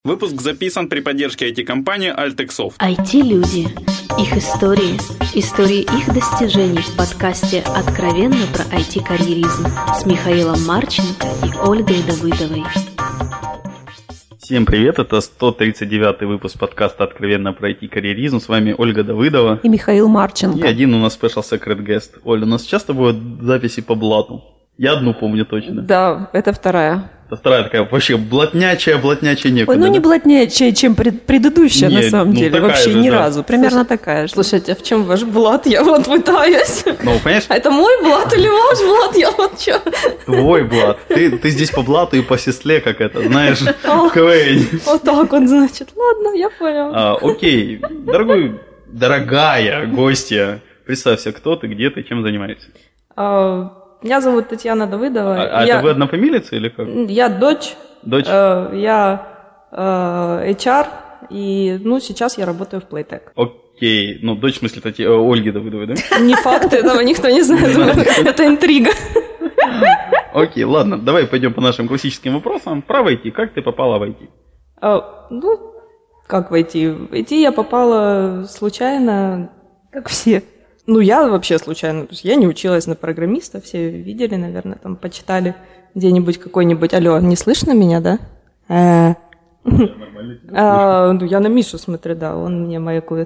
Выпуск записан при поддержке IT-компании Altexoft. IT-люди. Их истории. Истории их достижений в подкасте «Откровенно про IT-карьеризм» с Михаилом Марченко и Ольгой Давыдовой. Всем привет, это 139-й выпуск подкаста «Откровенно про IT-карьеризм». С вами Ольга Давыдова и Михаил Марченко. И один у нас special secret guest. Оля, у нас часто будут записи по блату? Я одну помню точно. Да, это вторая. Это вторая такая вообще блатнячая некуда. Ой, ну не блатнячая, чем предыдущая. Нет, на самом деле. Вообще ни разу. Примерно такая же. Слушайте, а в чем ваш блат? Я вот пытаюсь. Ну, понимаешь? А это мой блат или ваш блат? Я вот что? Твой блат. Ты здесь по блату и по сестле, как это, знаешь, в КВН. Вот так вот, значит. Ладно, я понял. Окей. Дорогая гостья, представься, кто ты, где ты, чем занимаешься? Меня зовут Татьяна Давыдова. Это вы однофамилица или как? Я дочь. Я HR, и сейчас я работаю в Playtech. Окей, дочь, в смысле, Ольги Давыдовой, да? Не факт, этого никто не знает, это интрига. Окей, ладно, давай пойдем по нашим классическим вопросам. Про IT, как ты попала в IT? Как в IT? В IT я попала случайно, как все. Я вообще случайно, то есть я не училась на программиста, все видели, наверное, там почитали где-нибудь какой-нибудь, алло, не слышно меня, да? Я на Мишу смотрю, да, он мне маякует.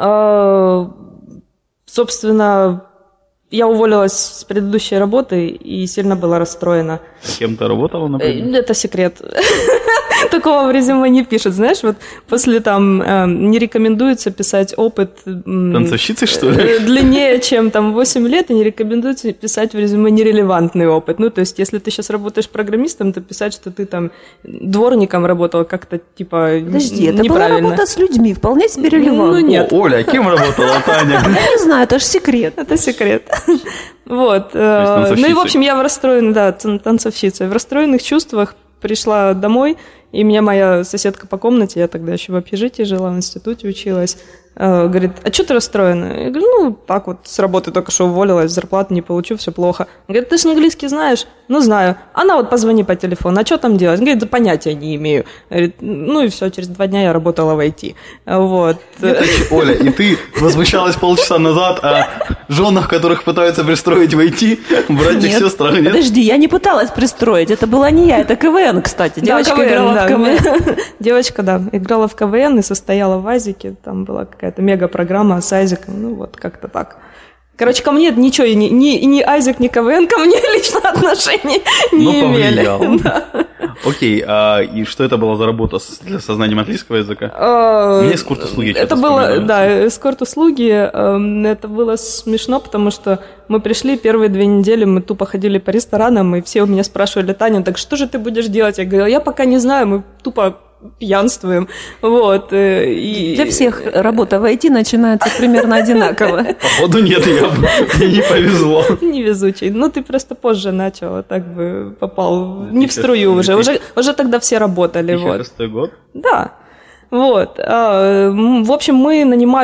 Собственно, я уволилась с предыдущей работы и сильно была расстроена. Кем ты работала, например? Это секрет. Такого в резюме не пишут, знаешь, вот после не рекомендуется писать опыт танцовщицы, что ли? Длиннее, чем 8 лет, и не рекомендуется писать в резюме нерелевантный опыт. То есть, если ты сейчас работаешь программистом, то писать, что ты дворником работала, как-то Подожди, это неправильно. была работа с людьми, вполне себе релевантно. Нет. Оля, кем работала Таня? Я не знаю, это же секрет. Это секрет. Вот. И, в общем, я в расстроенной, танцовщица. В расстроенных чувствах пришла домой, и меня моя соседка по комнате, я тогда еще в общежитии жила, в институте училась, говорит, а что ты расстроена? Я говорю, так вот, с работы только что уволилась, зарплату не получу, все плохо. Она говорит, ты же английский знаешь? Знаю. Она позвони по телефону, а что там делать? Она говорит, да понятия не имею. Говорит, и все, через 2 дня я работала в IT. Вот. Оля, и ты возмущалась полчаса назад о женах, которых пытаются пристроить в IT, братьях, сестрах, нет? Подожди, я не пыталась пристроить, это была не я, это КВН, кстати. Девочка играла в КВН. Девочка, играла в КВН и состояла в Азике, там была какая-то мега-программа с Азиком, как-то так. Короче, ко мне ничего, ни Азик, ни КВН ко мне лично отношений не имели. Да. Окей, и что это была за работа для сознанием английского языка? Мне эскорт-услуги. Это было, эскорт-услуги. Это было смешно, потому что мы пришли первые 2 недели, мы тупо ходили по ресторанам, и все у меня спрашивали, Таня, так что же ты будешь делать? Я говорила, я пока не знаю, мы тупо пьянствуем. Вот. Для всех работа в IT начинается примерно одинаково. Походу нет, мне не повезло. Невезучий. Ты просто позже начал, так бы попал не в струю уже. Уже тогда все работали. 2006 год? Да. Вот. В общем, мы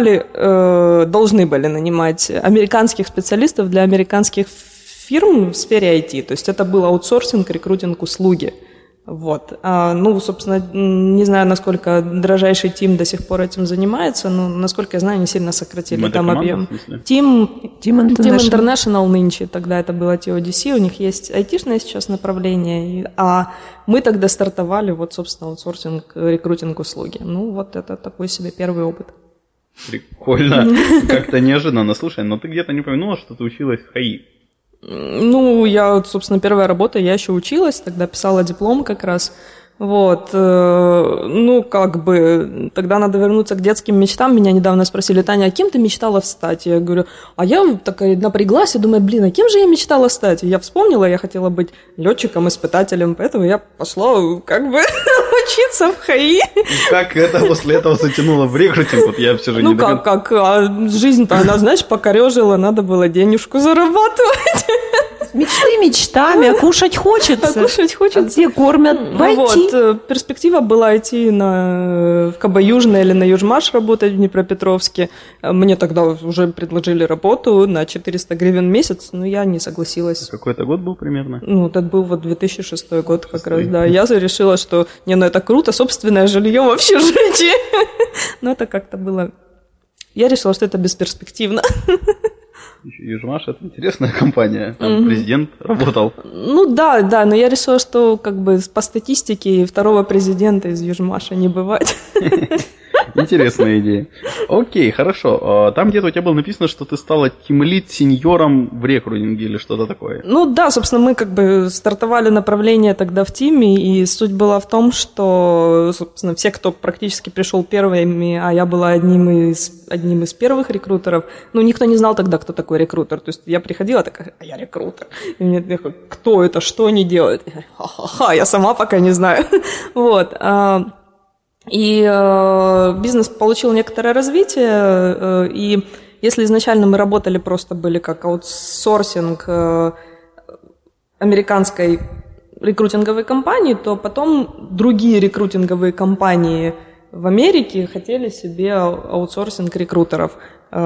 должны были нанимать американских специалистов для американских фирм в сфере IT. То есть это был аутсорсинг, рекрутинг, услуги. Вот. Собственно, не знаю, насколько дрожайший Team до сих пор этим занимается, но, насколько я знаю, они сильно сократили там объем. Team International нынче, тогда это было TODC, у них есть айтишное сейчас направление, а мы тогда стартовали, собственно, аутсорсинг, рекрутинг, услуги. Это такой себе первый опыт. Прикольно. Как-то неожиданно. Слушай, но ты где-то не упомянула, что ты училась в ХАИ. Я, собственно, первая работа, я еще училась, тогда писала диплом как раз. Вот, тогда надо вернуться к детским мечтам. Меня недавно спросили, Таня, а кем ты мечтала стать? Я говорю, а я такая напряглась и думаю, а кем же я мечтала стать? Я вспомнила, я хотела быть летчиком, испытателем, поэтому я пошла учиться в ХАИ. Как это после этого затянуло в рекрутинг? Я все же не жизнь-то, она, знаешь, покорежила, надо было денежку зарабатывать. Мечты мечтами, а кушать хочется. А кушать хочется. Где кормят в IT. перспектива была идти в КБ Южное или на Южмаш работать в Днепропетровске. Мне тогда уже предложили работу на 400 гривен в месяц, но я не согласилась. Какой-то год был примерно? Ну, это был вот 2006 год как раз, да. Я решила, что, это круто, собственное жилье в общежитии. Но это как-то было... Я решила, что это бесперспективно. Южмаш — это интересная компания, там президент работал. Ну да, но я решила, что по статистике второго президента из Южмаша не бывает. Интересная идея. Окей, хорошо. Там где-то у тебя было написано, что ты стала тимлид сеньором в рекрутинге или что-то такое. Ну да, собственно, мы стартовали направление тогда в тиме, и суть была в том, что, собственно, все, кто практически пришел первыми, а я была одним из первых рекрутеров, никто не знал тогда, кто такой рекрутер. То есть я приходила такая, а я рекрутер. И мне такой, кто это, что они делают? Я говорю, ха-ха-ха, я сама пока не знаю. Вот. И бизнес получил некоторое развитие, и если изначально мы работали, просто были как аутсорсинг американской рекрутинговой компании, то потом другие рекрутинговые компании в Америке хотели себе аутсорсинг рекрутеров.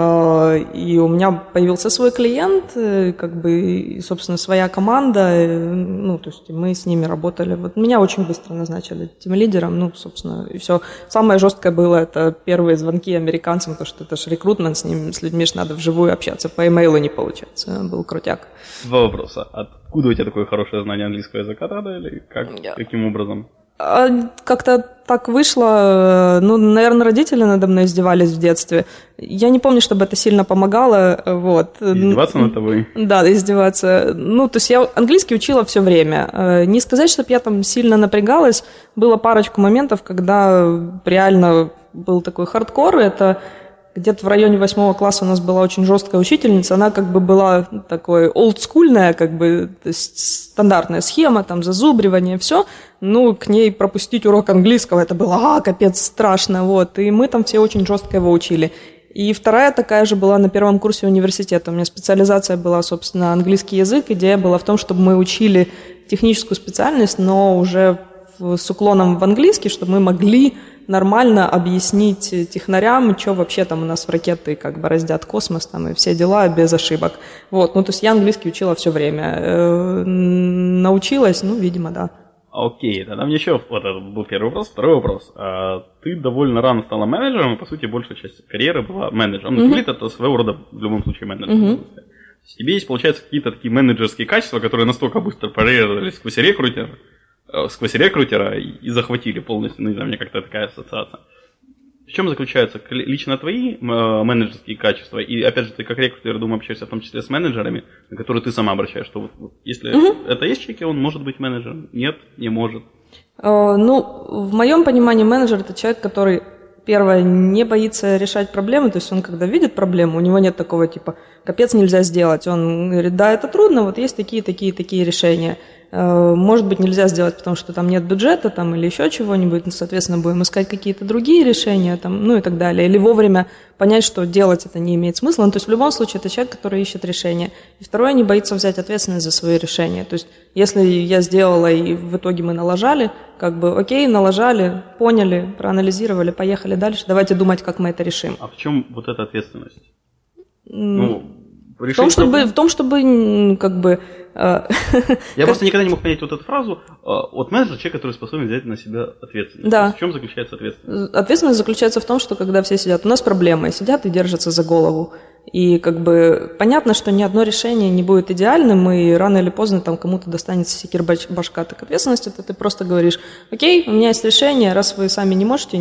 И у меня появился свой клиент, и, собственно, своя команда, то есть мы с ними работали. Вот меня очень быстро назначили тимлидером, собственно, и все. Самое жесткое было это первые звонки американцам, потому что это же рекрутмент, с людьми же надо вживую общаться, по имейлу не получается, был крутяк. Два вопроса. Откуда у тебя такое хорошее знание английского языка тогда, или каким образом? Как-то так вышло, наверное, родители надо мной издевались в детстве. Я не помню, чтобы это сильно помогало. Вот. Издеваться над тобой? Да, издеваться. То есть я английский учила все время. Не сказать, чтобы я там сильно напрягалась. Было парочку моментов, когда реально был такой хардкор. Это где-то в районе 8 класса у нас была очень жесткая учительница. Она была такой олдскульная, то есть стандартная схема, там зазубривание, все. К ней пропустить урок английского, это было, капец, страшно, вот. И мы там все очень жестко его учили. И вторая такая же была на первом курсе университета. У меня специализация была, собственно, английский язык. Идея была в том, чтобы мы учили техническую специальность, но уже с уклоном в английский, чтобы мы могли нормально объяснить технарям, что вообще там у нас в ракеты раздят космос там и все дела без ошибок. Вот, то есть я английский учила все время. Научилась, видимо, да. Окей, тогда мне еще, вот это был первый вопрос. Второй вопрос. Ты довольно рано стала менеджером, и, по сути, большая часть карьеры была менеджером. Тимлид это своего рода, в любом случае, менеджер. Тебе есть, получается, какие-то такие менеджерские качества, которые настолько быстро прорезались сквозь рекрутера и захватили полностью, не знаю, у меня как-то такая ассоциация. В чем заключаются лично твои менеджерские качества? И, опять же, ты как рекрутер, я думаю, общаешься в том числе с менеджерами, на которые ты сама обращаешь, что если это есть человек, он может быть менеджером? Нет, не может. В моем понимании менеджер – это человек, который, первое, не боится решать проблемы, то есть он, когда видит проблему, у него нет такого типа «капец, нельзя сделать». Он говорит, да, это трудно, вот есть такие решения. Может быть, нельзя сделать, потому что там нет бюджета там, или еще чего-нибудь, соответственно, будем искать какие-то другие решения там, и так далее. Или вовремя понять, что делать это не имеет смысла. То есть в любом случае это человек, который ищет решение. И второе, не боится взять ответственность за свои решения. То есть если я сделала, и в итоге мы налажали, окей, налажали, поняли, проанализировали, поехали дальше, давайте думать, как мы это решим. А в чем вот эта ответственность? В том, чтобы Я просто никогда не мог понять вот эту фразу. От менеджера человек, который способен взять на себя ответственность. Да. В чем заключается ответственность? Ответственность заключается в том, что когда все сидят, у нас проблемы, сидят и держатся за голову. И понятно, что ни одно решение не будет идеальным, и рано или поздно там кому-то достанется секир-башка. Так ответственность это ты просто говоришь, окей, у меня есть решение, раз вы сами не можете,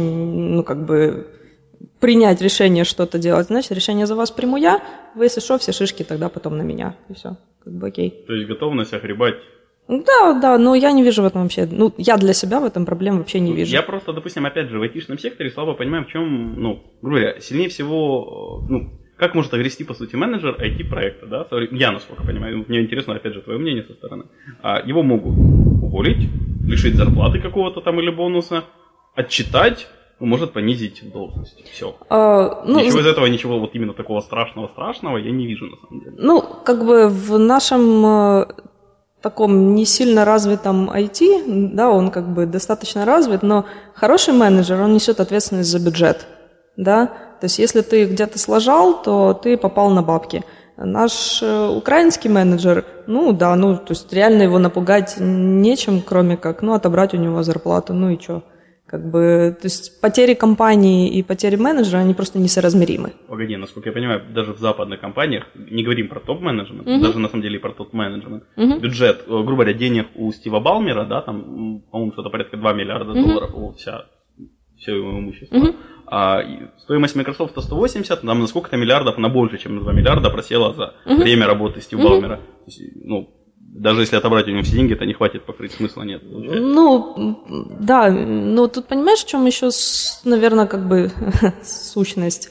принять решение что-то делать, значит, решение за вас приму я, вы, если что, все шишки тогда потом на меня, и все, окей. То есть готовность огребать? Да, но я не вижу в этом вообще, я для себя в этом проблем вообще не вижу. Я просто, допустим, опять же, в айтишном секторе слабо понимаю, в чем, грубо говоря, сильнее всего, как может огрести, по сути, менеджер IT-проекта, да, я, насколько понимаю, мне интересно, опять же, твое мнение со стороны. Его могут уволить, лишить зарплаты какого-то там или бонуса, отчитать, может понизить должность. Все. Ничего из этого, ничего вот именно такого страшного я не вижу, на самом деле. В нашем таком не сильно развитом IT, да, он как бы достаточно развит, но хороший менеджер, он несет ответственность за бюджет, да, то есть если ты где-то сложал, то ты попал на бабки. Наш украинский менеджер, то есть реально его напугать нечем, кроме как, отобрать у него зарплату, и что. То есть потери компании и потери менеджера, они просто несоразмеримы. Погоди, насколько я понимаю, даже в западных компаниях, не говорим про топ-менеджмент, даже на самом деле и про топ-менеджмент, бюджет, грубо говоря, денег у Стива Балмера, да, там, по-моему, что-то порядка 2 миллиарда долларов, все его имущество. А стоимость Microsoft 180, там на сколько-то миллиардов, на больше, чем на 2 миллиарда просела за время работы Стива Балмера. То есть, даже если отобрать у него все деньги, это не хватит покрыть, смысла нет. Да, но тут понимаешь, в чем еще, наверное, сущность?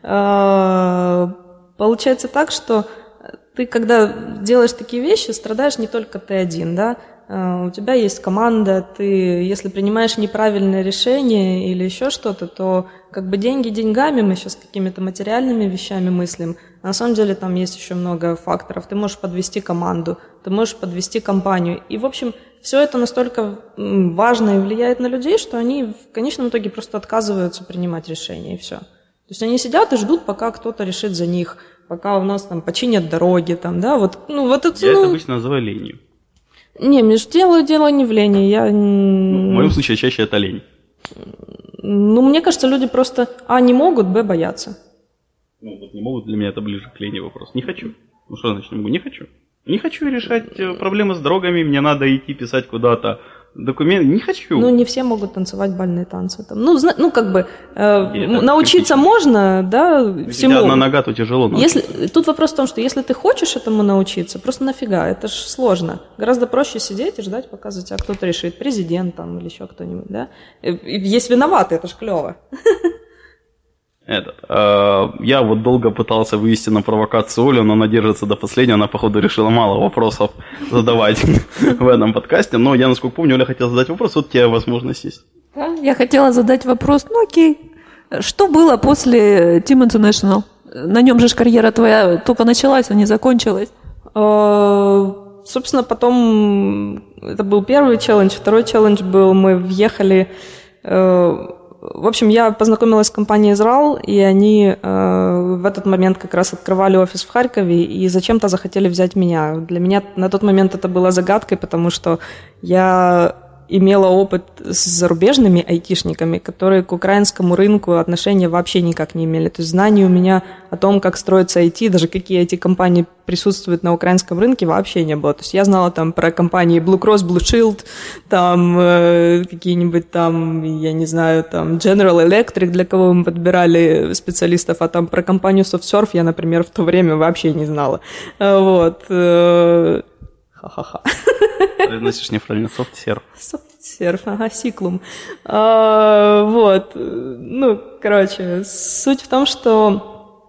Получается так, что ты, когда делаешь такие вещи, страдаешь не только ты один, да? У тебя есть команда, ты, если принимаешь неправильное решение или еще что-то, то деньги деньгами, мы сейчас какими-то материальными вещами мыслим, а на самом деле там есть еще много факторов. Ты можешь подвести команду, ты можешь подвести компанию. И, в общем, все это настолько важно и влияет на людей, что они в конечном итоге просто отказываются принимать решения, и все. То есть они сидят и ждут, пока кто-то решит за них, пока у нас там починят дороги, там, да, это... Я это обычно называю ленью. Не, дело не в лени. В моем случае чаще это лень. Мне кажется, люди просто не могут, боятся. Не могут, для меня это ближе к лени вопрос. Не хочу. Что значит не могу? Не хочу. Не хочу решать проблемы с дорогами, мне надо идти писать куда-то документы. Не хочу. Не все могут танцевать бальные танцы. Там. Научиться можно, да, всему. Одна нога, то тяжело. Тут вопрос в том, что если ты хочешь этому научиться, просто нафига, это ж сложно. Гораздо проще сидеть и ждать, пока за тебя кто-то решит, президент там или еще кто-нибудь, да. Есть виноватый, это ж клево. Я долго пытался вывести на провокацию Олю, но она держится до последнего, она, походу, решила мало вопросов задавать в этом подкасте, но я, насколько помню, Оля хотела задать вопрос, вот у тебя возможность есть. Да, я хотела задать вопрос, окей, что было после Team International? На нем же карьера твоя только началась, а не закончилась. Собственно, потом это был первый челлендж, второй челлендж был, мы въехали... В общем, я познакомилась с компанией Израил, и они в этот момент как раз открывали офис в Харькове и зачем-то захотели взять меня. Для меня на тот момент это было загадкой, потому что я имела опыт с зарубежными айтишниками, которые к украинскому рынку отношения вообще никак не имели. То есть знаний у меня о том, как строится IT, даже какие IT-компании присутствуют на украинском рынке, вообще не было. То есть я знала там про компании Blue Cross, Blue Shield, там какие-нибудь там, я не знаю, там General Electric, для кого мы подбирали специалистов, а там про компанию SoftServe я, например, в то время вообще не знала. Ха-ха-ха. Ты носишь неправильно, SoftServe. SoftServe, Сиклум. Суть в том, что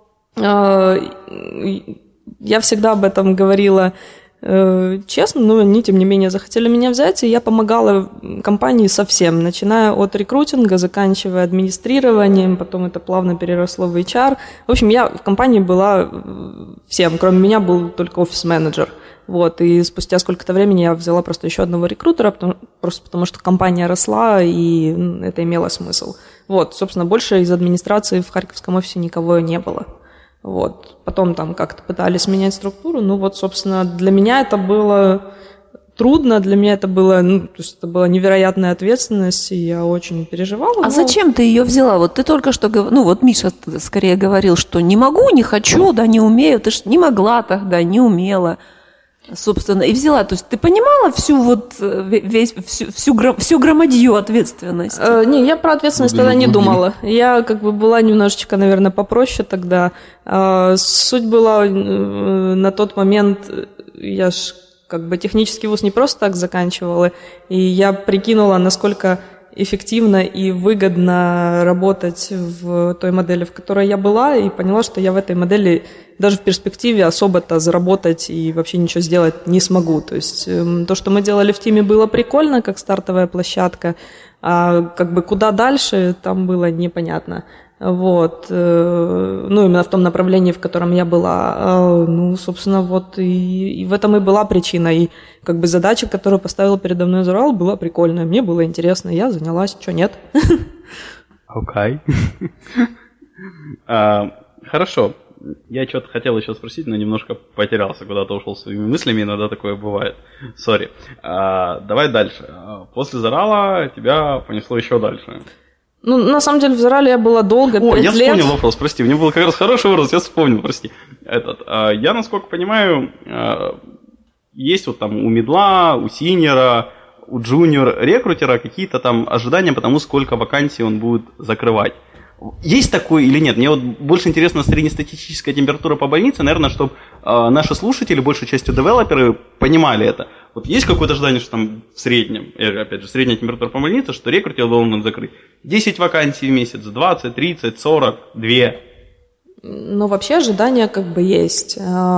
я всегда об этом говорила честно, но они, тем не менее, захотели меня взять, и я помогала компании со всем, начиная от рекрутинга, заканчивая администрированием, потом это плавно переросло в HR. В общем, я в компании была всем, кроме меня был только офис-менеджер. И спустя сколько-то времени я взяла просто еще одного рекрутера, просто потому что компания росла, и это имело смысл. Собственно, больше из администрации в харьковском офисе никого не было. Потом там как-то пытались менять структуру, собственно, для меня это было трудно, для меня это было, это была невероятная ответственность, и я очень переживала. А зачем ты ее взяла? Ты только что, Миша скорее говорил, что не могу, не хочу, да, не умею, ты ж не могла тогда, не умела. Собственно, и взяла. То есть ты понимала всю громадью ответственности? Не, я про ответственность тогда не думала. Я была немножечко, наверное, попроще тогда. Суть была на тот момент, я ж технический вуз не просто так заканчивала, и я прикинула, насколько эффективно и выгодно работать в той модели, в которой я была, и поняла, что я в этой модели даже в перспективе особо-то заработать и вообще ничего сделать не смогу. То есть то, что мы делали в Тиме, было прикольно, как стартовая площадка, А как бы куда дальше, там было непонятно. Вот. Ну, именно в том направлении, в котором я была. Ну, собственно, вот и в этом и была причина. И как бы задача, которую поставил передо мной Зурал, была прикольная. Мне было интересно, я занялась, что нет. Окей. Хорошо. Я что-то хотел еще спросить, но немножко потерялся, куда-то ушел своими мыслями, иногда такое бывает. Сори. Давай дальше. После Зорала тебя понесло еще дальше. Ну, на самом деле, в Зорале я была долго, 5 лет. Я вспомнил вопрос, прости, у меня был как раз хороший вопрос, я вспомнил, прости. Я, насколько понимаю, есть вот там у мидла, у синьора, у джуниор-рекрутера какие-то там ожидания по тому, сколько вакансий он будет закрывать. Есть такое или нет? Мне вот больше интересна среднестатистическая температура по больнице, наверное, чтобы наши слушатели, большей частью девелоперы, понимали это. Вот есть какое-то ожидание, что там в среднем, опять же, средняя температура по больнице, что рекрутер должен закрыть 10 вакансий в месяц, 20, 30, 40, 2? Ну, вообще ожидания как бы есть.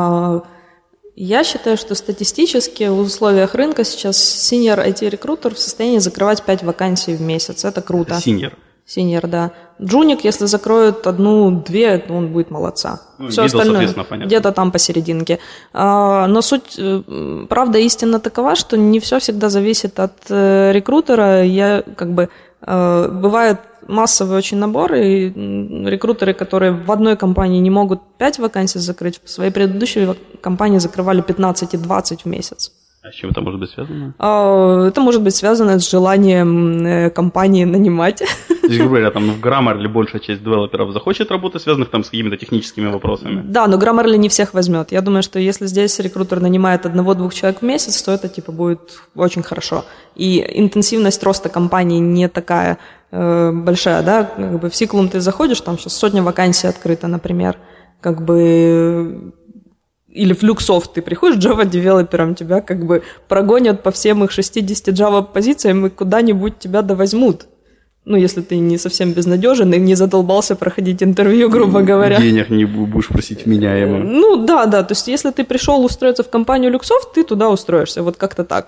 Я считаю, что статистически в условиях рынка сейчас senior IT-рекрутер в состоянии закрывать 5 вакансий в месяц. Это круто. Senior, да. Джуник, если закроет 1-2, то он будет молодца. Ну, все остальное где-то там посерединке. Но суть, правда, истина такова, что не все всегда зависит от рекрутера. Бывает массовый очень набор, и рекрутеры, которые в одной компании не могут 5 вакансий закрыть, в своей предыдущей компании закрывали 15 и 20 в месяц. А с чем это может быть связано? Это может быть связано с желанием компании нанимать. То есть, грубо говоря, там в Grammarly большая часть девелоперов захочет работать, связанных там с какими-то техническими вопросами. Да, но Grammarly не всех возьмет. Я думаю, что если здесь рекрутер нанимает 1-2 человек в месяц, то это типа будет очень хорошо. И интенсивность роста компании не такая большая, да, как бы в Сиклум ты заходишь, там сейчас 100 вакансий открыто, например, как бы... Или в Люксофт ты приходишь Java-девелопером, тебя как бы прогонят по всем их 60 Java-позициям и куда-нибудь тебя довозьмут. Ну, если ты не совсем безнадежен и не задолбался проходить интервью, грубо говоря. Денег не будешь просить вменяемо. Ну, да, то есть если ты пришел устроиться в компанию Люксофт, ты туда устроишься, вот как-то так.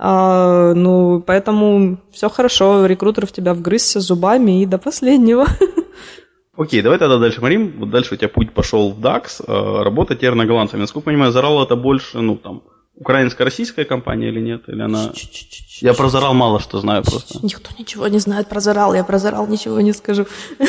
Поэтому все хорошо, рекрутер в тебя вгрызся зубами и до последнего. Окей, давай тогда дальше говорим. Вот дальше у тебя путь пошел в DAX, работа теперь на голландцами. Насколько я понимаю, Зорал это больше, украинско-российская компания или нет? Или она... Я про Зорал мало что знаю просто. Никто ничего не знает про Зорал, я про Зорал ничего не скажу.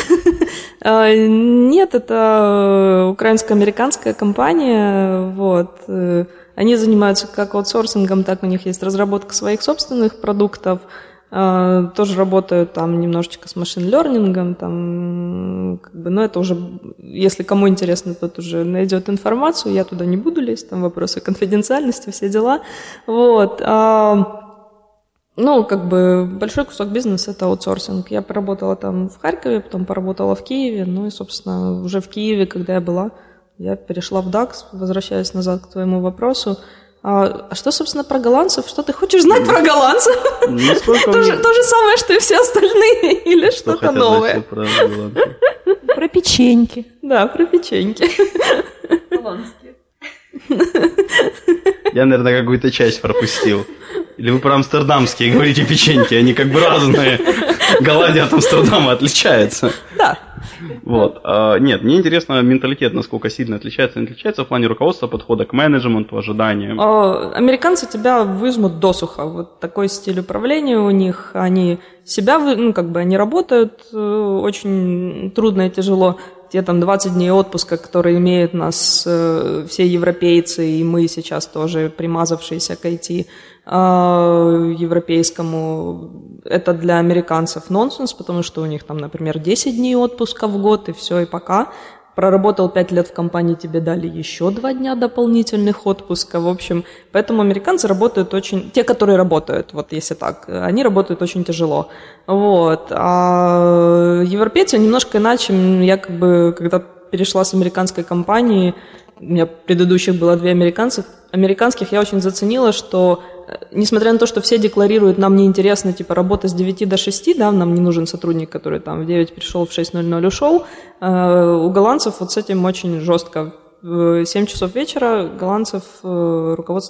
Нет, это украинско-американская компания, вот. Они занимаются как аутсорсингом, так у них есть разработка своих собственных продуктов. Тоже работают там немножечко с машин-лернингом, там, но это уже, если кому интересно, тот уже найдет информацию, я туда не буду лезть, там вопросы конфиденциальности, все дела, вот. Большой кусок бизнеса – это аутсорсинг. Я поработала там в Харькове, потом поработала в Киеве, и, собственно, уже в Киеве, когда я была, я перешла в DAX, возвращаясь назад к твоему вопросу. А что, собственно, про голландцев? Что ты хочешь знать про голландцев? То же самое, что и все остальные, или что-то новое? Про печеньки. Да, про печеньки. Голландские. Я, наверное, какую-то часть пропустил. Или вы про амстердамские говорите печеньки, они как бы разные. Голландия от Амстердама отличается. Да. Вот. Нет, мне интересно менталитет, насколько сильно отличается, не отличается в плане руководства, подхода к менеджменту, ожиданиям. Американцы тебя выжмут досуха. Вот такой стиль управления у них. Они себя, они работают очень трудно и тяжело. Те там 20 дней отпуска, которые имеют нас все европейцы, и мы сейчас тоже примазавшиеся к IT европейскому, это для американцев нонсенс, потому что у них там, например, 10 дней отпуска в год, и все, и пока. Проработал 5 лет в компании, тебе дали еще 2 дня дополнительных отпуска, в общем. Поэтому американцы работают очень... Те, которые работают, вот если так, они работают очень тяжело. Вот. А европейцы немножко иначе. Я когда перешла с американской компании, у меня предыдущих было 2 американских я очень заценила, что несмотря на то, что все декларируют, нам неинтересно, работа с 9 до 6, да, нам не нужен сотрудник, который там в 9 пришел, в 6:00 ушел, у голландцев вот с этим очень жестко. В 7 часов вечера голландцев руководство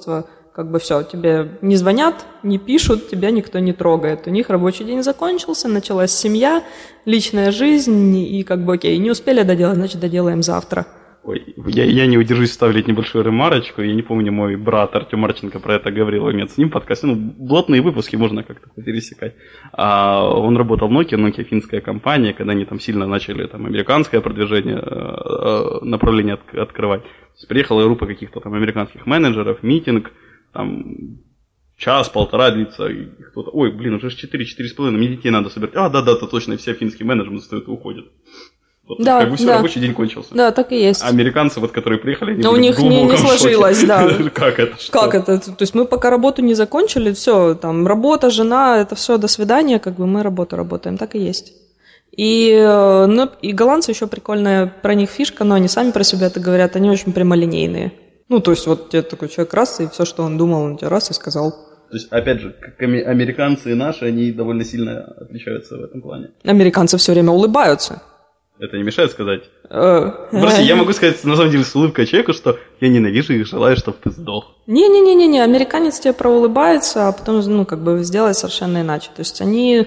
как бы все, тебе не звонят, не пишут, тебя никто не трогает. У них рабочий день закончился, началась семья, личная жизнь, и как бы окей, не успели доделать, значит, доделаем завтра. Ой, я не удержусь вставить небольшую ремарочку. Я не помню, мой брат Артем Марченко про это говорил, имеет с ним подкаст. Ну, блатные выпуски можно как-то пересекать. Он работал в Nokia финская компания, когда они там сильно начали там американское продвижение, направление открывать. Приехала группа каких-то там американских менеджеров, митинг, там час-полтора длится, и кто-то, ой, блин, уже 4-4,5, мне детей надо собирать. Да, точно, и все финские менеджеры встают и уходят. Вот, да, как бы все, да. рабочий день кончился. Да, так и есть. А американцы, вот, которые приехали, они но у них не сложилось, да. Как это? Что? Как это? То есть мы пока работу не закончили, все, там, работа, жена, это все, до свидания, как бы мы работу работаем, так и есть. И голландцы еще прикольная про них фишка, но они сами про себя это говорят, они очень прямолинейные. Ну, то есть вот тебе такой человек раз, и все, что он думал, он тебе раз и сказал. То есть, опять же, как американцы и наши, они довольно сильно отличаются в этом плане. Американцы все время улыбаются. Это не мешает сказать? Просто я могу сказать, на самом деле, с улыбкой человеку, что я ненавижу их, желаю, чтобы ты сдох. Не-не-не, американец тебе проулыбается, а потом, как бы сделает совершенно иначе. То есть они...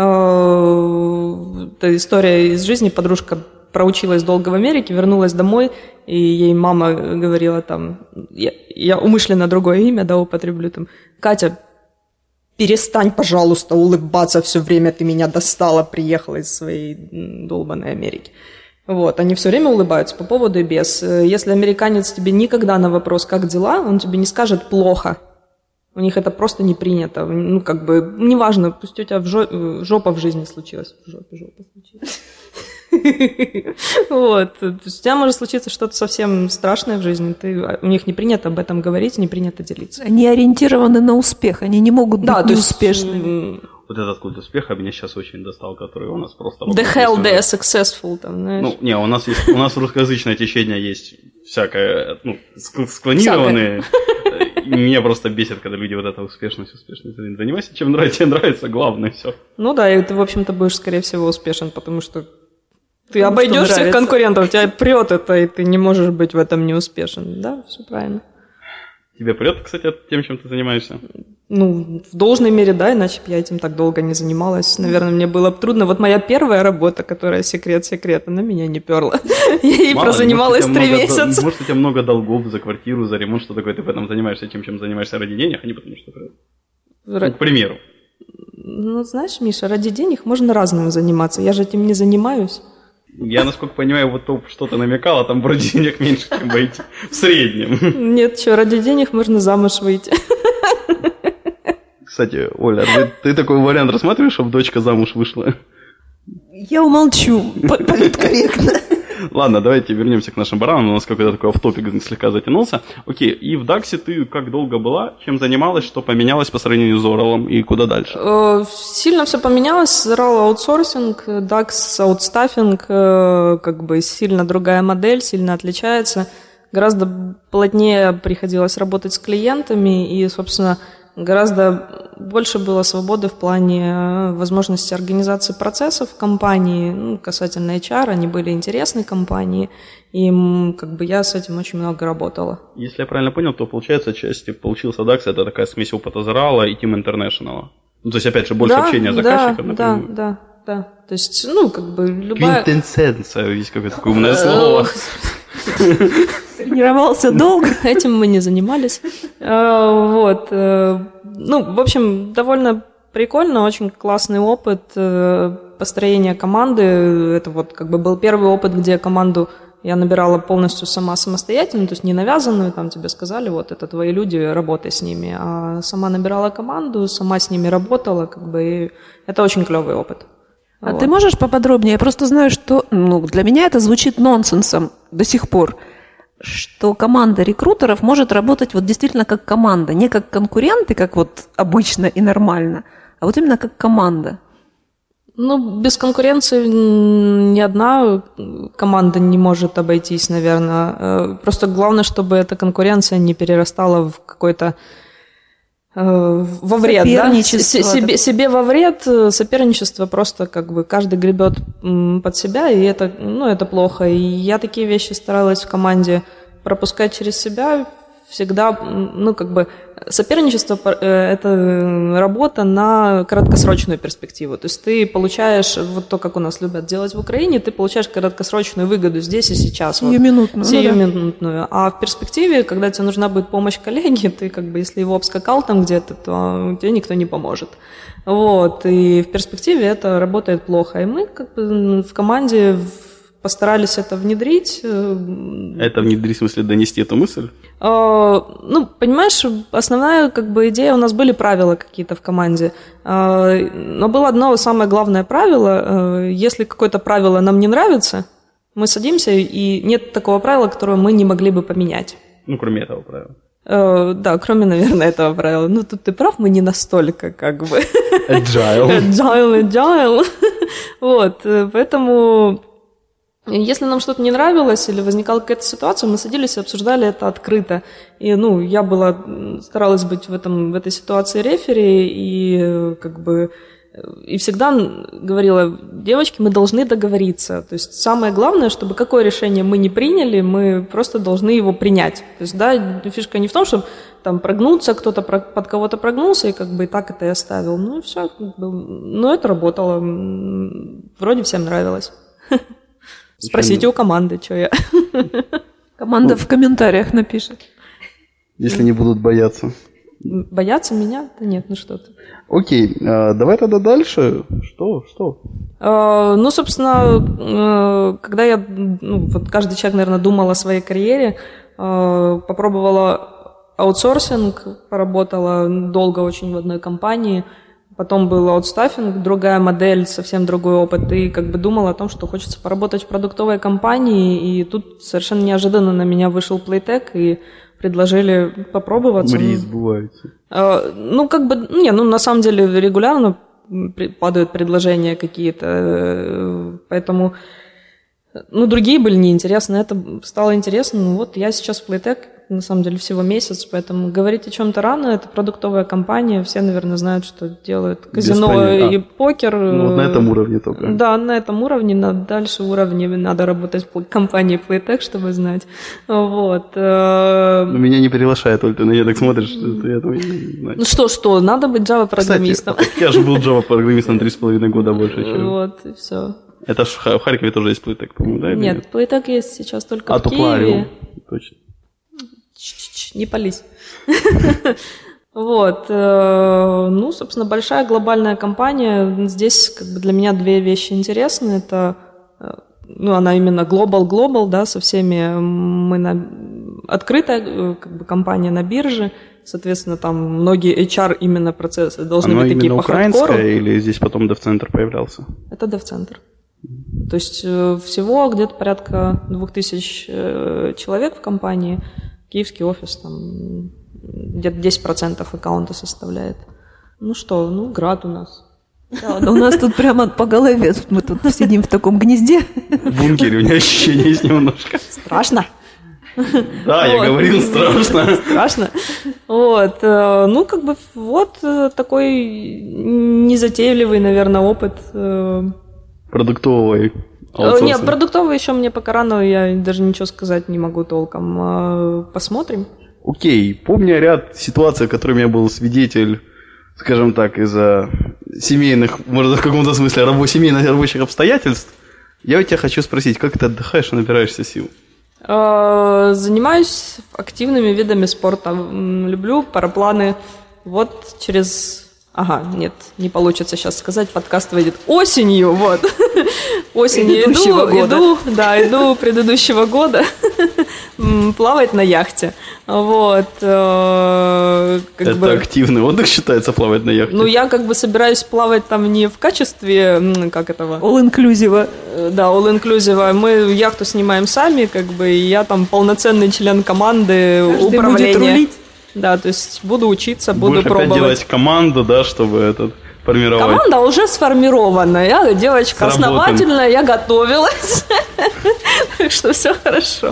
Это история из жизни, подружка проучилась долго в Америке, вернулась домой, и ей мама говорила там... Я умышленно другое имя, да, употреблю там. Катя, перестань, пожалуйста, улыбаться все время, ты меня достала, приехала из своей долбанной Америки. Вот, они все время улыбаются по поводу и без. Если американец тебе никогда на вопрос «как дела?», он тебе не скажет «плохо». У них это просто не принято. Ну, как бы, неважно, пусть у тебя жопа в жизни случилась. Жопа случилась. Вот. То есть у тебя может случиться что-то совсем страшное в жизни. У них не принято об этом говорить, не принято делиться. Они ориентированы на успех, они не могут быть неуспешными. Вот этот культ успеха меня сейчас очень достал, который у нас просто... The hell they are successful, там, знаешь. Ну, не, у нас русскоязычное течение есть всякое, склонированное. И меня просто бесит, когда люди вот это успешность. Занимайся, чем тебе нравится, главное, все. Ну да, и ты, в общем-то, будешь, скорее всего, успешен, потому что ты обойдешь всех конкурентов, тебя прет это, и ты не можешь быть в этом не успешен. Да, все правильно. Тебя прет, кстати, тем, чем ты занимаешься? Ну, в должной мере, да, иначе бы я этим так долго не занималась. Наверное, мне было бы трудно. Вот моя первая работа, которая секрет, она меня не перла. Я ей прозанималась 3 месяца. Может, у тебя много долгов за квартиру, за ремонт, что такое, ты в этом занимаешься тем, чем занимаешься ради денег, а не потому что... Ну, к примеру. Ну, знаешь, Миша, ради денег можно разным заниматься. Я же этим не занимаюсь. Я, насколько понимаю, вот то, что ты намекала, там вроде денег меньше, чем в IT. В среднем. Нет, что, ради денег можно замуж выйти. Кстати, Оля, ты такой вариант рассматриваешь, чтобы дочка замуж вышла? Я умолчу, политкорректно. Ладно, давайте вернемся к нашим баранам. У нас какой-то такой офф-топик слегка затянулся. Окей, и в Даксе ты как долго была? Чем занималась? Что поменялось по сравнению с Зоралом? И куда дальше? Сильно все поменялось. Зорал аутсорсинг, Дакс аутстаффинг, как бы сильно другая модель, сильно отличается. Гораздо плотнее приходилось работать с клиентами и, собственно, гораздо больше было свободы в плане возможности организации процессов в компании, касательно HR, они были интересны компании, и как бы я с этим очень много работала. Если я правильно понял, то, получается, отчасти получился DAX, это такая смесь опыта Зорала и Team International. Ну, то есть, опять же, больше общения с заказчиком. Да. То есть, как бы любая... Квинтэссенция, есть какое-то такое умное слово. Тренировался долго. Этим мы не занимались. Вот. В общем, довольно прикольно, очень классный опыт построения команды. Это вот как бы был первый опыт, где команду я набирала полностью самостоятельно, то есть не навязанную, там тебе сказали, вот это твои люди, работай с ними, а сама набирала команду, сама с ними работала, как бы, и это очень клевый опыт. А вот. Ты можешь поподробнее? Я просто знаю, что для меня это звучит нонсенсом до сих пор, что команда рекрутеров может работать вот действительно как команда, не как конкуренты, как вот обычно и нормально, а вот именно как команда. Без конкуренции ни одна команда не может обойтись, наверное. Просто главное, чтобы эта конкуренция не перерастала в какой-то во вред, да? Себе во вред, соперничество просто как бы каждый гребет под себя, и это плохо. И я такие вещи старалась в команде пропускать через себя всегда, соперничество – это работа на краткосрочную перспективу. То есть ты получаешь, вот то, как у нас любят делать в Украине, ты получаешь краткосрочную выгоду здесь и сейчас. Сиюминутную. Сиюминутную. А в перспективе, когда тебе нужна будет помощь коллеги, ты если его обскакал там где-то, то тебе никто не поможет. И в перспективе это работает плохо. И мы в команде постарались это внедрить. Это внедрить, в смысле, донести эту мысль? Понимаешь, основная идея, у нас были правила какие-то в команде, но было одно самое главное правило: если какое-то правило нам не нравится, мы садимся, и нет такого правила, которое мы не могли бы поменять. Кроме этого правила. Да, кроме, наверное, этого правила. Тут ты прав, мы не настолько Agile. Поэтому... Если нам что-то не нравилось или возникала какая-то ситуация, мы садились и обсуждали это открыто. И, я старалась быть в этой ситуации рефери и всегда говорила: девочки, мы должны договориться. То есть самое главное, чтобы какое решение мы не приняли, мы просто должны его принять. То есть, фишка не в том, чтобы там прогнуться, кто-то под кого-то прогнулся, и и так это и оставил. И все. Но это работало. Вроде всем нравилось. Спросите у команды, что я. Команда в комментариях напишет. Если не будут бояться. Бояться меня? Да нет, что ты. Окей, давай тогда дальше. Что? Собственно, когда я, каждый человек, наверное, думал о своей карьере, попробовала аутсорсинг, поработала долго очень в одной компании. Потом был аутстаффинг, другая модель, совсем другой опыт. И думала о том, что хочется поработать в продуктовой компании. И тут совершенно неожиданно на меня вышел Playtech и предложили попробоваться. Мрии сбываются. На самом деле регулярно падают предложения какие-то. Поэтому, другие были неинтересны. Это стало интересно. Я сейчас в Playtech. На самом деле всего месяц, поэтому говорить о чем-то рано. Это продуктовая компания, все, наверное, знают, что делают казино и покер. На этом уровне только. Да, на этом уровне, на дальше уровне надо работать в компании Playtech, чтобы знать. Меня не приглашает, Оль, ты на меня так смотришь, что я этого не знаю. Что, надо быть Java-программистом. Кстати, я же был Java-программистом 3,5 года больше, чем... И все. Это ж в Харькове тоже есть Playtech, по-моему, да? Нет, Playtech есть сейчас только в Киеве. Туплариум, точно. Не пались. Собственно, большая глобальная компания. Здесь для меня две вещи интересны. Это, она именно global, да, со всеми. Мы открытая компания на бирже. Соответственно, там многие HR именно процессы должны быть такие по хардкору. Оно украинское или здесь потом DevCenter появлялся? Это DevCenter. То есть всего где-то порядка 2000 человек в компании. Киевский офис там где-то 10% аккаунта составляет. Град у нас. Да, у нас тут прямо по голове. Мы тут сидим в таком гнезде. В бункере, у меня ощущение есть немножко. Страшно. Да, я говорил, страшно. Страшно. Такой незатейливый, наверное, опыт. Продуктовый. Нет, продуктовый еще мне пока рано, я даже ничего сказать не могу толком. Посмотрим. Окей, помня ряд ситуаций, которыми я был свидетель, скажем так, из-за семейных, может, в каком-то смысле, семейных рабочих обстоятельств, я у тебя хочу спросить, как ты отдыхаешь и набираешься сил? Занимаюсь активными видами спорта. Люблю парапланы. Через... нет, не получится сейчас сказать, подкаст выйдет осенью, Осенью иду предыдущего года плавать на яхте. Это активный отдых считается, плавать на яхте? Я собираюсь плавать там не в качестве, all-inclusive. Да, all-inclusive. Мы яхту снимаем сами, и я там полноценный член команды управления. Будет рулить? Да, то есть буду учиться, буду Будешь пробовать. Опять делать команду, да, чтобы формировать. Команда уже сформирована. Я девочка основательная, я готовилась. Так что все хорошо.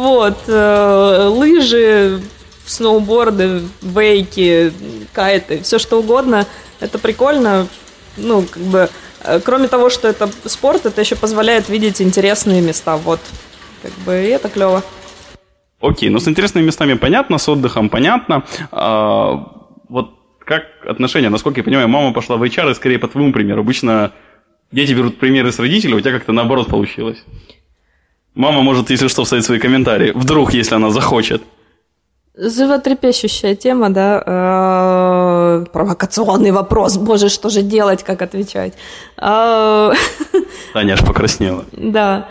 Лыжи, сноуборды, вейки, кайты, все что угодно. Это прикольно. Кроме того, что это спорт, это еще позволяет видеть интересные места. И это клево. Окей, с интересными местами понятно, с отдыхом понятно. Вот как отношения? Насколько я понимаю, мама пошла в HR, и скорее по твоему примеру. Обычно дети берут примеры с родителей, у тебя как-то наоборот получилось. Мама может, если что, вставить свои комментарии. Вдруг, если она захочет. Животрепещущая тема, да. Провокационный вопрос. Боже, что же делать, как отвечать? Таня аж покраснела. Да.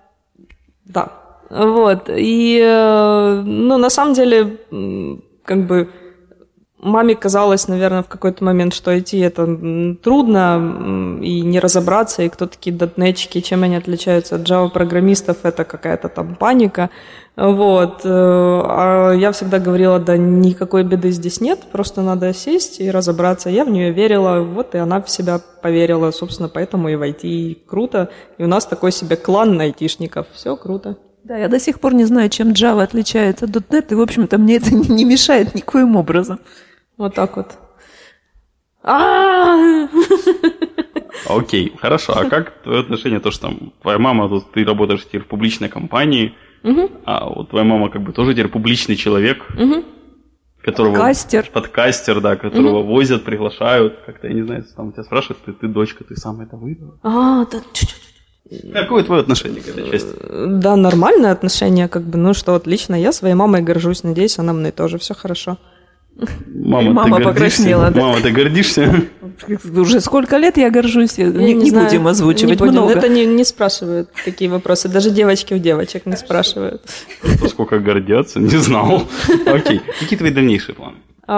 Вот. И, на самом деле, как бы маме казалось, наверное, в какой-то момент, что IT это трудно, и не разобраться, и кто такие дотнетчики, чем они отличаются от Java-программистов, это какая-то там паника. Вот. А я всегда говорила, да никакой беды здесь нет, просто надо сесть и разобраться. Я в нее верила, вот, и она в себя поверила, собственно, поэтому и в IT круто. И у нас такой себе клан айтишников, все круто. Да, я до сих пор не знаю, чем Java отличается от .NET, и, в общем-то, мне это не мешает никоим образом. Вот так вот. Окей, хорошо. А как твое отношение, то, что там твоя мама, тут ты работаешь теперь в публичной компании, а вот твоя мама как бы тоже теперь публичный человек, которого... Подкастер, да, которого возят, приглашают. Как-то, я не знаю, там тебя спрашивают, ты дочка, ты сам это выбрала? Да, Какое твое отношение к этой части? Да, нормальное отношение, как бы, что отлично. Я своей мамой горжусь, надеюсь, она мной тоже, все хорошо. Мама покраснела, да. Мама, ты гордишься? Уже сколько лет я горжусь, не будем озвучивать много. Это не спрашивают такие вопросы, даже девочки у девочек не спрашивают. Сколько гордятся, не знал. Окей, какие твои дальнейшие планы?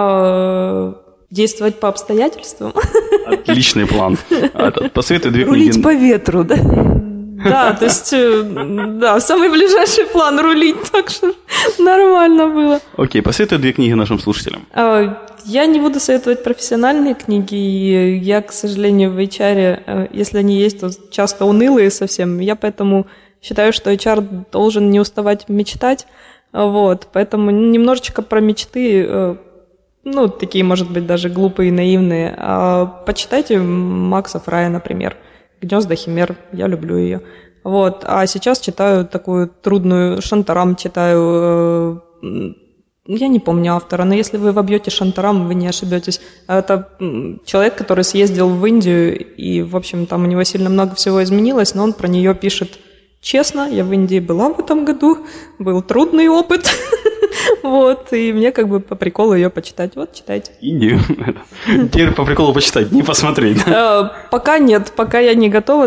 Действовать по обстоятельствам. Отличный план. Посоветуй 2 книги. Рулить по ветру, да? Да, то есть, самый ближайший план рулить, так что нормально было. Окей, посоветуй 2 книги нашим слушателям. Я не буду советовать профессиональные книги, и я, к сожалению, в HR, если они есть, то часто унылые совсем. Я поэтому считаю, что HR должен не уставать мечтать, вот, поэтому немножечко про мечты, такие, может быть, даже глупые и наивные. Почитайте Макса Фрая, например. «Гнезда химер», я люблю ее. Вот. А сейчас читаю такую трудную, Шантарам читаю, я не помню автора, но если вы вобьете Шантарам, вы не ошибетесь. Это человек, который съездил в Индию, и, в общем, там у него сильно много всего изменилось, но он про нее пишет честно. Я в Индии была в этом году, был трудный опыт. Вот, и мне как бы по приколу ее почитать. Вот, читайте. Индию? Теперь по приколу почитать, не посмотреть. Пока нет, пока я не готова.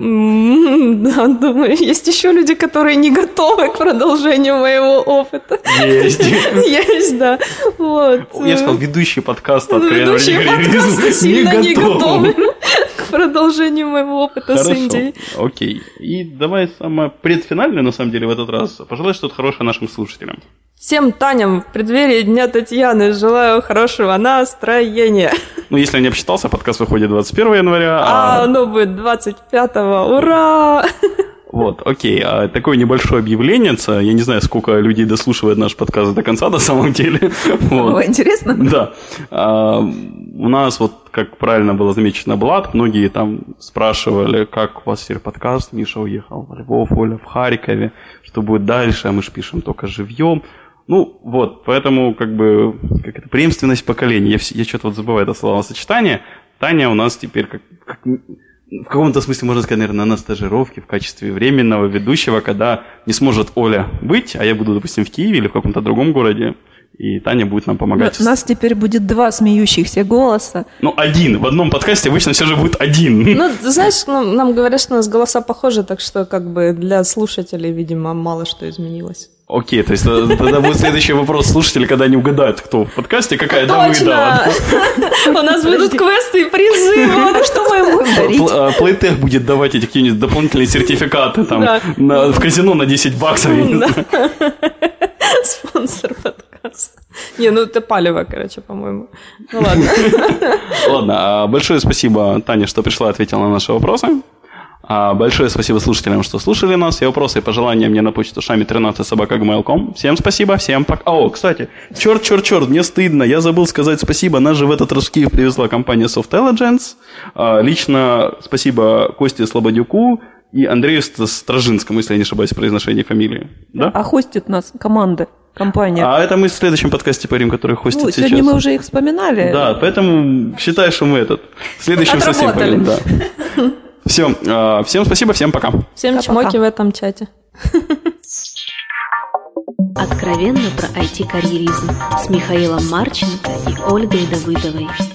Думаю, есть еще люди, которые не готовы к продолжению моего опыта. Есть. Есть, да. Вот. Я сказал, ведущий подкаста «Откровенно Ведущие подкаста сильно не готовы к продолжению моего опыта с Индией. Окей. И давай самое предфинальное, на самом деле, в этот раз. Пожелай что-то хорошее нашим слушателям. Всем Таням в преддверии Дня Татьяны желаю хорошего настроения. Если я не обсчитался, подкаст выходит 21 января. Оно будет 25-го. Ура! Вот, окей. Такое небольшое объявление. Я не знаю, сколько людей дослушивает наш подкаст до конца, на самом деле. Вот. Интересно? Да. У нас, как правильно было замечено, Блад, многие там спрашивали, как у вас теперь подкаст, Миша уехал во Львов, Оля в Харькове, что будет дальше, а мы же пишем только живьем. Поэтому, как преемственность поколений. Я что-то забываю это словосочетание. Таня у нас теперь в каком-то смысле, можно сказать, наверное, на стажировке в качестве временного ведущего, когда не сможет Оля быть, а я буду, допустим, в Киеве или в каком-то другом городе, и Таня будет нам помогать. У нас теперь будет 2 смеющихся голоса. Один. В одном подкасте обычно все же будет один. Знаешь, нам говорят, что у нас голоса похожи, так что для слушателей, видимо, мало что изменилось. Окей, то есть тогда будет следующий вопрос слушателей, когда они угадают, кто в подкасте, какая Давыдова. У нас будут квесты и призы. Что мы будем дарить? Playtech будет давать эти какие-нибудь дополнительные сертификаты в казино на $10. Спонсор подкаста. Это палево, по-моему. Ладно. Ладно, большое спасибо, Таня, что пришла и ответила на наши вопросы. Большое спасибо слушателям, что слушали нас. Все вопросы и пожелания мне на почту shami13@gmail.com. Всем спасибо, всем пока. Кстати, черт, мне стыдно. Я забыл сказать спасибо. Нас же в этот раз в Киев привезла компания Softelligence. Лично спасибо Косте Слободюку, и Андрею Стражинскому, если я не ошибаюсь в произношении фамилии. Да? А хостит нас команда, компания. А это мы в следующем подкасте поговорим, который хостит сейчас. Сегодня мы уже их вспоминали. Да, поэтому считай, что мы в следующем совсем поговорим. Да. Все, всем спасибо, всем пока. Всем чмоки в этом чате. Откровенно про IT-карьеризм с Михаилом Марченко и Ольгой Давыдовой.